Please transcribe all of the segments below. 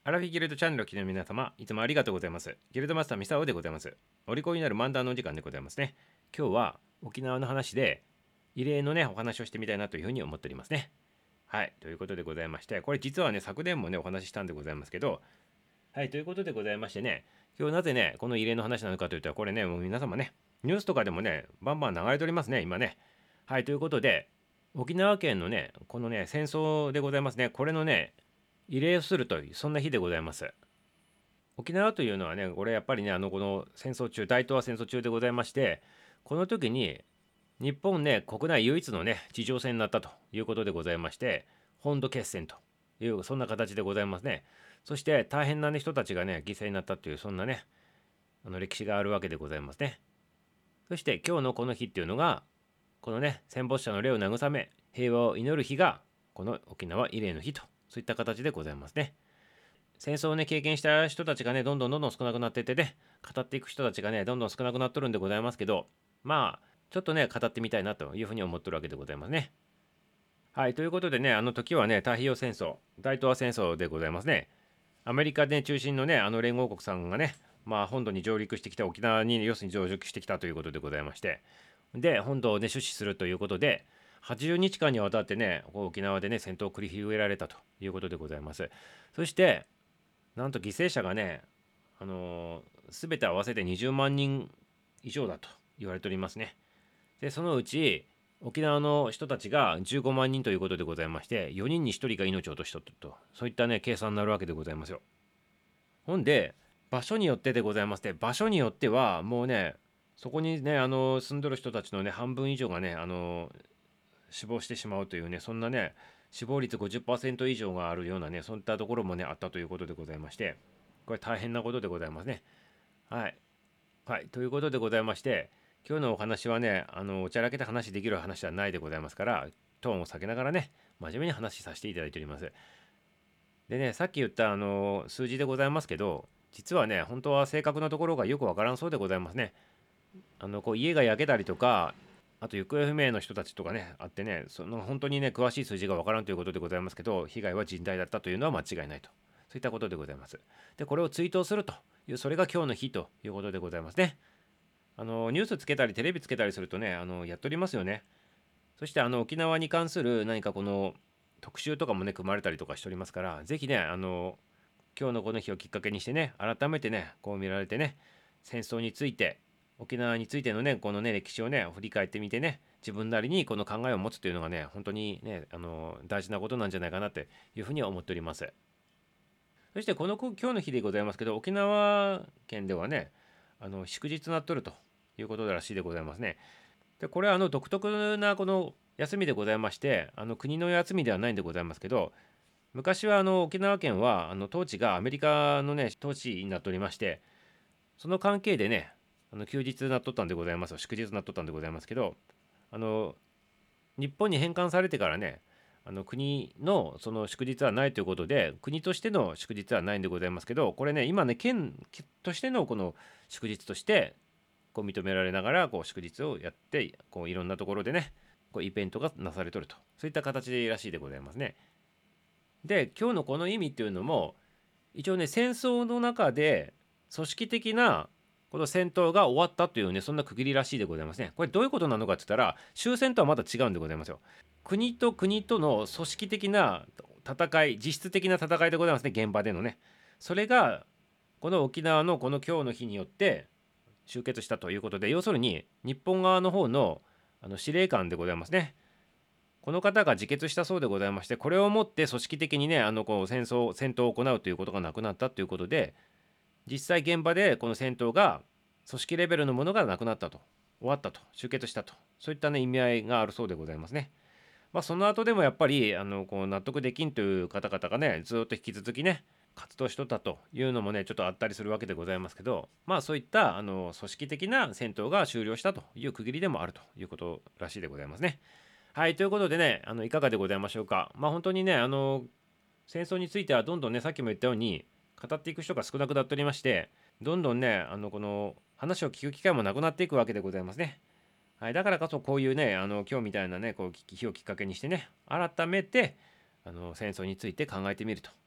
アラフィギルドチャンネルを聞きの皆様、いつもありがとうございます。ギルドマスターミサオでございます。お利口になる漫談のお時間でございますね。今日は沖縄の話で、異例のね、お話をしてみたいなというふうに思っておりますね。はい、ということでございまして、これ実はね、昨年もね、お話ししたんでございますけど、はい、ということでございましてね、今日なぜね、この異例の話なのかというと、これね、もう皆様ね、ニュースとかでもね、バンバン流れておりますね、今ね。はい、ということで、沖縄県のね、このね、戦争でございますね、これのね、慰霊をするという、そんな日でございます。沖縄というのはね、これやっぱりね、この戦争中、大東亜戦争中でございまして、この時に日本ね、国内唯一のね、地上戦になったということでございまして、本土決戦という、そんな形でございますね。そして大変な、ね、人たちがね、犠牲になったという、そんなね、歴史があるわけでございますね。そして今日のこの日っていうのが、このね、戦没者の霊を慰め、平和を祈る日が、この沖縄慰霊の日と、そういった形でございますね。戦争をね、経験した人たちがね、どんどん少なくなっていってね、語っていく人たちがね、どんどん少なくなっとるんでございますけど、まあ、ちょっとね、語ってみたいなというふうに思ってるわけでございますね。はい、ということでね、あの時はね、太平洋戦争、大東亜戦争でございますね。アメリカで中心のね、連合国さんがね、まあ、本土に上陸してきた、沖縄に要するに上陸してきたということでございまして、で、本土をね、出資するということで、80日間にわたってね、沖縄でね、戦闘を繰り広げられたということでございます。そして、なんと犠牲者がね、全て合わせて20万人以上だと言われておりますね。で、そのうち沖縄の人たちが15万人ということでございまして、4人に1人が命を落としとったと、そういったね、計算になるわけでございますよ。ほんで、場所によってでございまして、場所によってはもうね、そこにね、住んどる人たちのね、半分以上がね、死亡してしまうというね、そんなね、死亡率50%以上があるようなね、そういったところもね、あったということでございまして、これ大変なことでございますね。はい。はい。ということでございまして、今日のお話はね、おちゃらけた話できる話ではないでございますから、トーンを下げながらね、真面目に話させていただいております。でね、さっき言った数字でございますけど、実はね、本当は正確なところがよくわからんそうでございますね。こう家が焼けたりとか、あと行方不明の人たちとかね、あってね、その本当にね、詳しい数字がわからんということでございますけど、被害は甚大だったというのは間違いないと。そういったことでございます。で、これを追悼するという、それが今日の日ということでございますね。ニュースつけたり、テレビつけたりするとね、やっておりますよね。そして、沖縄に関する何かこの特集とかもね、組まれたりとかしておりますから、ぜひね、今日のこの日をきっかけにしてね、改めてね、こう見られてね、戦争について、沖縄についてのね、このね、歴史をね、振り返ってみてね、自分なりにこの考えを持つというのがね、本当にね、大事なことなんじゃないかなっていうふうには思っております。そして今日の日でございますけど、沖縄県ではね、祝日になっとるということらしいでございますね。で、これは独特なこの休みでございまして、国の休みではないんでございますけど、昔は沖縄県は統治がアメリカのね統治になっておりまして、その関係でね休日になっとったんでございます祝日になっとったんでございますけど、あの日本に返還されてからね、国のその祝日はないということで、国としての祝日はないんでございますけど、これね今ね県としてのこの祝日としてこう認められながらこう祝日をやって、こういろんなところでねこうイベントがなされとると、そういった形でらしいでございますね。で、今日のこの意味っていうのも、一応ね、戦争の中で組織的なこの戦闘が終わったというね、そんな区切りらしいでございますね。これどういうことなのかって言ったら、終戦とはまた違うんでございますよ。国と国との組織的な戦い、実質的な戦いでございますね、現場でのね。それが、この沖縄のこの今日の日によって終結したということで、要するに日本側の方の司令官でございますね。この方が自決したそうでございまして、これをもって組織的にねこう戦闘を行うということがなくなったということで、実際現場でこの戦闘が組織レベルのものがなくなったと、終わったと、終結したと、そういったね意味合いがあるそうでございますね。まあその後でもやっぱりこう納得できんという方々がねずっと引き続きね活動しとったというのもねちょっとあったりするわけでございますけど、まあそういった組織的な戦闘が終了したという区切りでもあるということらしいでございますね。はい、ということでね、いかがでございましょうか。まあ本当にね、戦争についてはどんどんね、さっきも言ったように、語っていく人が少なくなっておりまして、どんどんね、この話を聞く機会もなくなっていくわけでございますね。はい、だからこそこういうね、今日みたいなね、こう日をきっかけにしてね、改めて、戦争について考えてみると。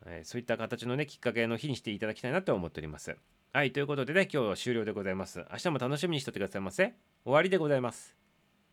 そういった形のねきっかけの日にしていただきたいなと思っております。はい、ということでね、今日は終了でございます。明日も楽しみにしておいてくださいませ。終わりでございます。